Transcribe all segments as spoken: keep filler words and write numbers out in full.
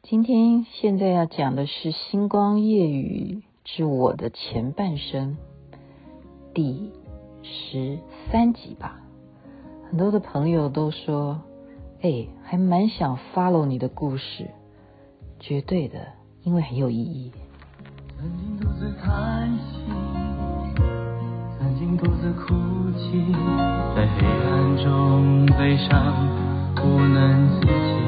今天现在要讲的是《星光夜语之我的前半生》第十三集吧。很多的朋友都说，哎，还蛮想 follow 你的故事。绝对的，因为很有意义。 曾经独自叹息，曾经独自哭泣，在黑暗中悲伤不能自己，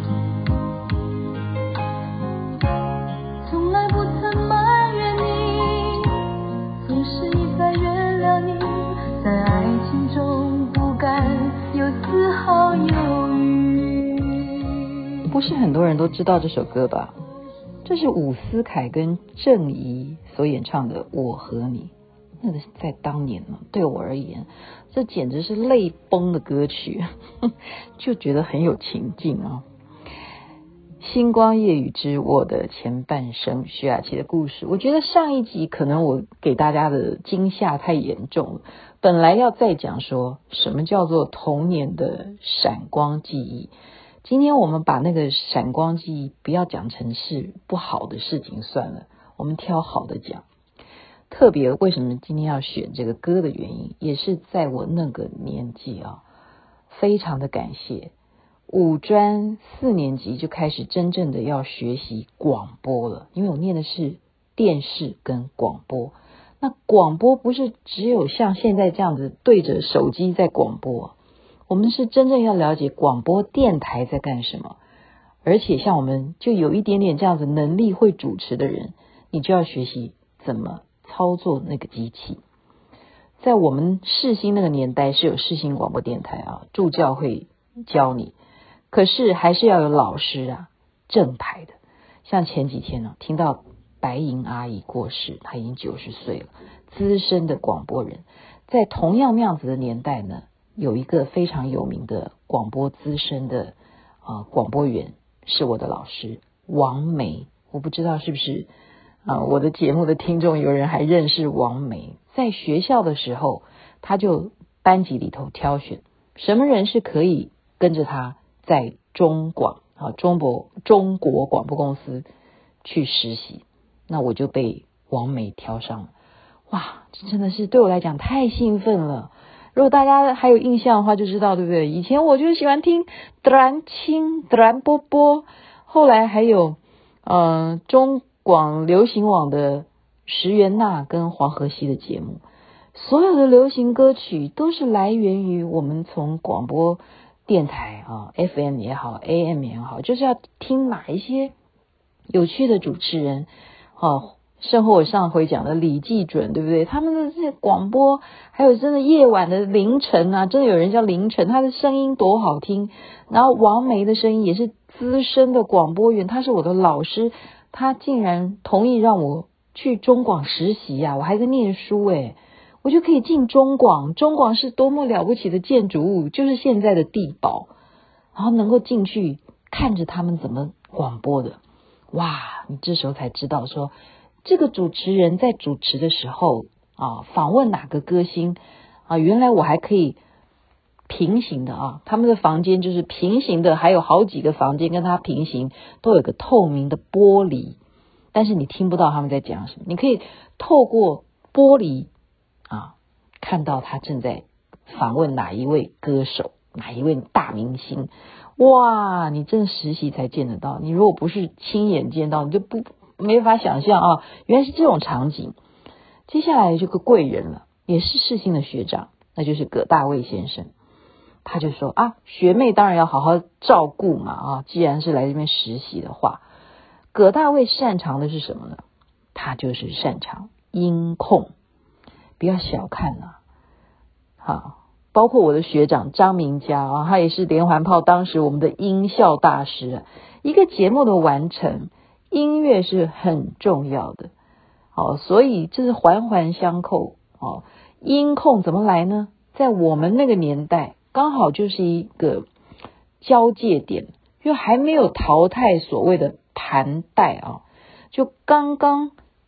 从来不曾埋怨你，总是一再原谅你，在爱情中不敢有丝毫犹豫。 不是很多人都知道这首歌吧？这是伍思凯跟郑怡所演唱的《我和你》。那个在当年呢，对我而言，这简直是泪崩的歌曲，就觉得很有情境啊。星光夜语之我的前半生，徐雅琪的故事。我觉得上一集可能我给大家的惊吓太严重了，本来要再讲说什么叫做童年的闪光记忆。今天我们把那个闪光记忆不要讲成是不好的事情算了，我们挑好的讲。特别为什么今天要选这个歌的原因，也是在我那个年纪啊，非常的感谢。五专四年级就开始真正的要学习广播了，因为我念的是电视跟广播。那广播不是只有像现在这样子对着手机在广播，我们是真正要了解广播电台在干什么。而且像我们就有一点点这样子能力会主持的人，你就要学习怎么操作那个机器。在我们世新那个年代是有世新广播电台啊，助教会教你，可是还是要有老师啊，正牌的。像前几天呢，听到白银阿姨过世，她已经九十岁了，资深的广播人。在同样那样子的年代呢，有一个非常有名的广播资深的呃广播员是我的老师王梅。我不知道是不是啊、呃，我的节目的听众有人还认识王梅。在学校的时候，他就班级里头挑选什么人是可以跟着他在中广啊中国中国广播公司去实习，那我就被王梅挑上了。哇，这真的是对我来讲太兴奋了。如果大家还有印象的话就知道，对不对？以前我就喜欢听德兰青、德兰波波，后来还有呃中广流行网的石原娜跟黄河西的节目。所有的流行歌曲都是来源于我们从广播电台啊 F M 也好 A M 也好，就是要听哪一些有趣的主持人啊，甚或我上回讲的李济准，对不对？他们的这些广播，还有真的夜晚的凌晨啊，真的有人叫凌晨，他的声音多好听。然后王梅的声音也是资深的广播员，他是我的老师，他竟然同意让我去中广实习啊，我还在念书诶，我就可以进中广。中广是多么了不起的建筑物，就是现在的地堡，然后能够进去看着他们怎么广播的。哇，你这时候才知道说，这个主持人在主持的时候啊，访问哪个歌星啊，原来我还可以平行的啊，他们的房间就是平行的，还有好几个房间跟他平行，都有个透明的玻璃，但是你听不到他们在讲什么，你可以透过玻璃啊，看到他正在访问哪一位歌手，哪一位大明星。哇，你真的实习才见得到，你如果不是亲眼见到，你就不没法想象啊，原来是这种场景。接下来这个贵人了，也是世新的学长，那就是葛大卫先生。他就说啊，学妹当然要好好照顾嘛啊，既然是来这边实习的话。葛大卫擅长的是什么呢？他就是擅长音控，不要小看啊。好，包括我的学长张明佳啊，他也是连环炮，当时我们的音效大师啊。一个节目的完成，音乐是很重要的，好，所以这是环环相扣。哦，音控怎么来呢？在我们那个年代，刚好就是一个交界点，又还没有淘汰所谓的盘带啊，就刚刚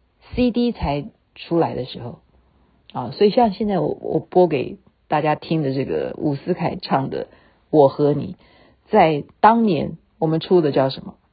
C D 才出来的时候啊，所以像现在我我播给大家听的这个伍思凯唱的《我和你》，在当年我们出的叫什么？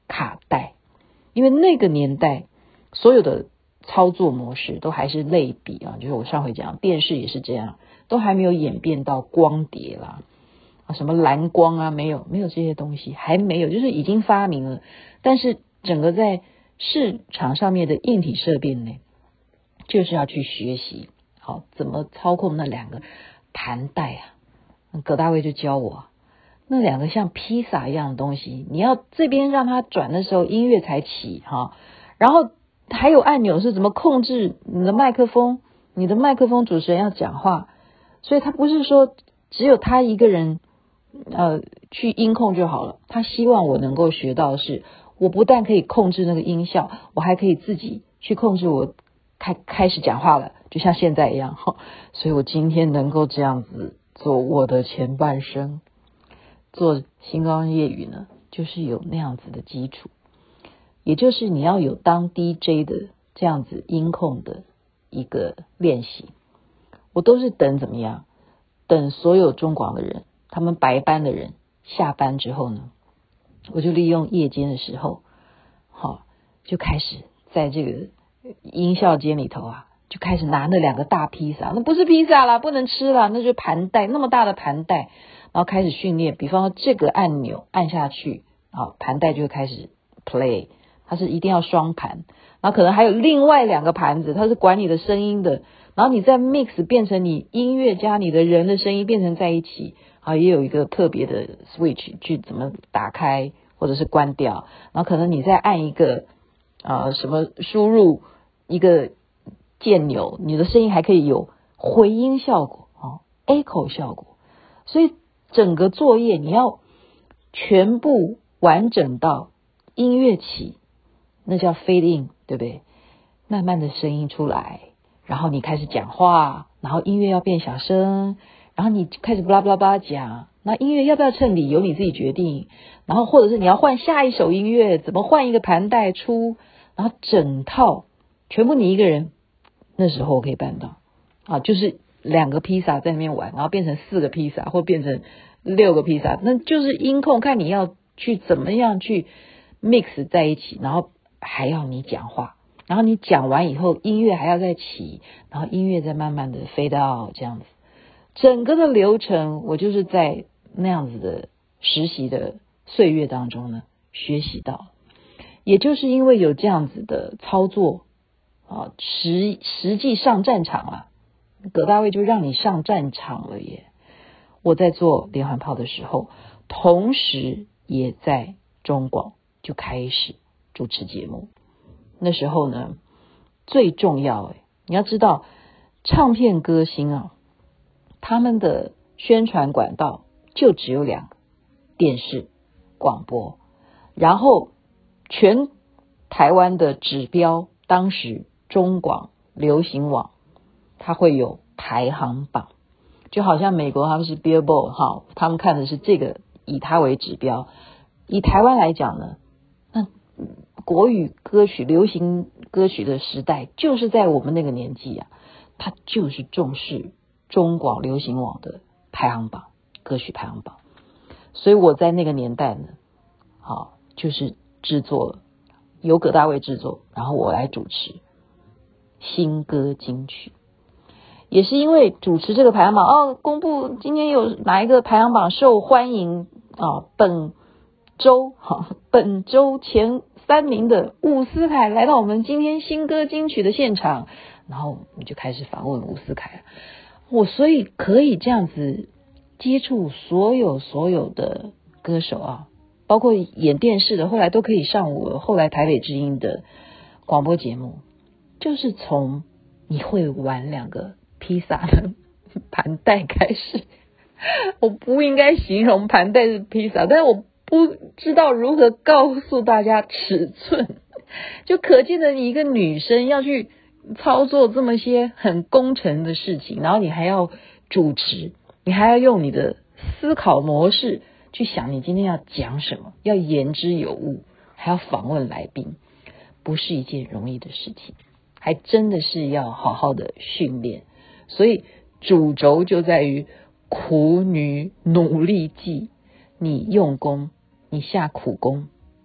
卡带，因为那个年代所有的操作模式都还是类比啊，就是我上回讲电视也是这样，都还没有演变到光碟啦，啊什么蓝光啊，没有没有这些东西，还没有，就是已经发明了，但是整个在市场上面的硬体设备呢，就是要去学习好怎么操控那两个盘带啊。葛大卫就教我，那两个像披萨一样的东西，你要这边让它转的时候音乐才起哈，然后还有按钮是怎么控制你的麦克风，你的麦克风主持人要讲话，所以他不是说只有他一个人呃去音控就好了，他希望我能够学到的是，我不但可以控制那个音效，我还可以自己去控制我开开始讲话了，就像现在一样，所以我今天能够这样子做我的前半生，做星光夜语呢，就是有那样子的基础，也就是你要有当 D J 的这样子音控的一个练习。我都是等怎么样，等所有中广的人，他们白班的人下班之后呢，我就利用夜间的时候，好，就开始在这个音效间里头啊，就开始拿那两个大披萨，那不是披萨啦，不能吃啦，那就是盘带，那么大的盘带，然后开始训练，比方说这个按钮按下去，好，盘带就会开始 play， 它是一定要双盘，然后可能还有另外两个盘子，它是管你的声音的，然后你再 mix 变成你音乐加你的人的声音变成在一起，啊，也有一个特别的 switch 去怎么打开或者是关掉，然后可能你再按一个啊、呃、什么输入一个键钮，你的声音还可以有回音效果啊 echo 效果，所以整个作业你要全部完整到音乐起，那叫 fade in， 对不对？慢慢的声音出来，然后你开始讲话，然后音乐要变小声，然后你开始巴拉巴拉巴拉讲，那音乐要不要衬底由你自己决定，然后或者是你要换下一首音乐，怎么换一个盘带出，然后整套全部你一个人，那时候我可以办到啊，就是两个披萨在那边玩，然后变成四个披萨或变成六个披萨，那就是音控看你要去怎么样去 mix 在一起，然后还要你讲话，然后你讲完以后音乐还要再起，然后音乐再慢慢的 fade out， 这样子整个的流程我就是在那样子的实习的岁月当中呢学习到，也就是因为有这样子的操作啊，实实际上战场了，葛大卫就让你上战场了耶。我在做连环炮的时候，同时也在中广就开始主持节目。那时候呢，最重要诶，你要知道，唱片歌星啊，他们的宣传管道就只有两个，电视、广播，然后全台湾的指标，当时中广、流行网，它会有排行榜，就好像美国他们是 Billboard 哈，他们看的是这个，以它为指标。以台湾来讲呢，那国语歌曲、流行歌曲的时代，就是在我们那个年纪啊，它就是重视中广流行网的排行榜，歌曲排行榜。所以我在那个年代呢，好，就是制作由葛大卫制作，然后我来主持新歌金曲。也是因为主持这个排行榜哦，公布今天有哪一个排行榜受欢迎啊？本周哈，本周前三名的伍思凯来到我们今天新歌金曲的现场，然后你就开始访问伍思凯。我所以可以这样子接触所有所有的歌手啊，包括演电视的，后来都可以上我后来台北之音的广播节目，就是从你会玩两个披萨的盘带开始。我不应该形容盘带是披萨，但是我不知道如何告诉大家尺寸，就可见的你一个女生要去操作这么些很工程的事情，然后你还要主持，你还要用你的思考模式去想你今天要讲什么，要言之有物，还要访问来宾，不是一件容易的事情，还真的是要好好的训练。所以主轴就在于苦女努力记，你用功，你下苦功，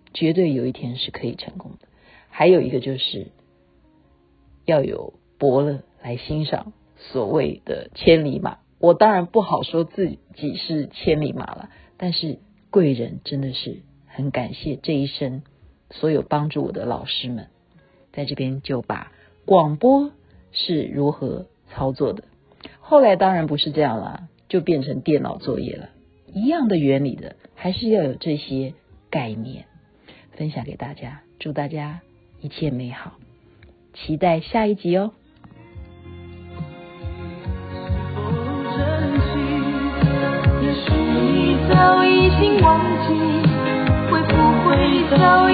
绝对有一天是可以成功的。还有一个就是要有伯乐来欣赏所谓的千里马。我当然不好说自己是千里马了，但是贵人真的是很感谢这一生所有帮助我的老师们。在这边就把广播是如何操作的，后来当然不是这样啦，就变成电脑作业了，一样的原理的，还是要有这些概念分享给大家。祝大家一切美好，期待下一集哦。 也许你早已经忘记，会不会早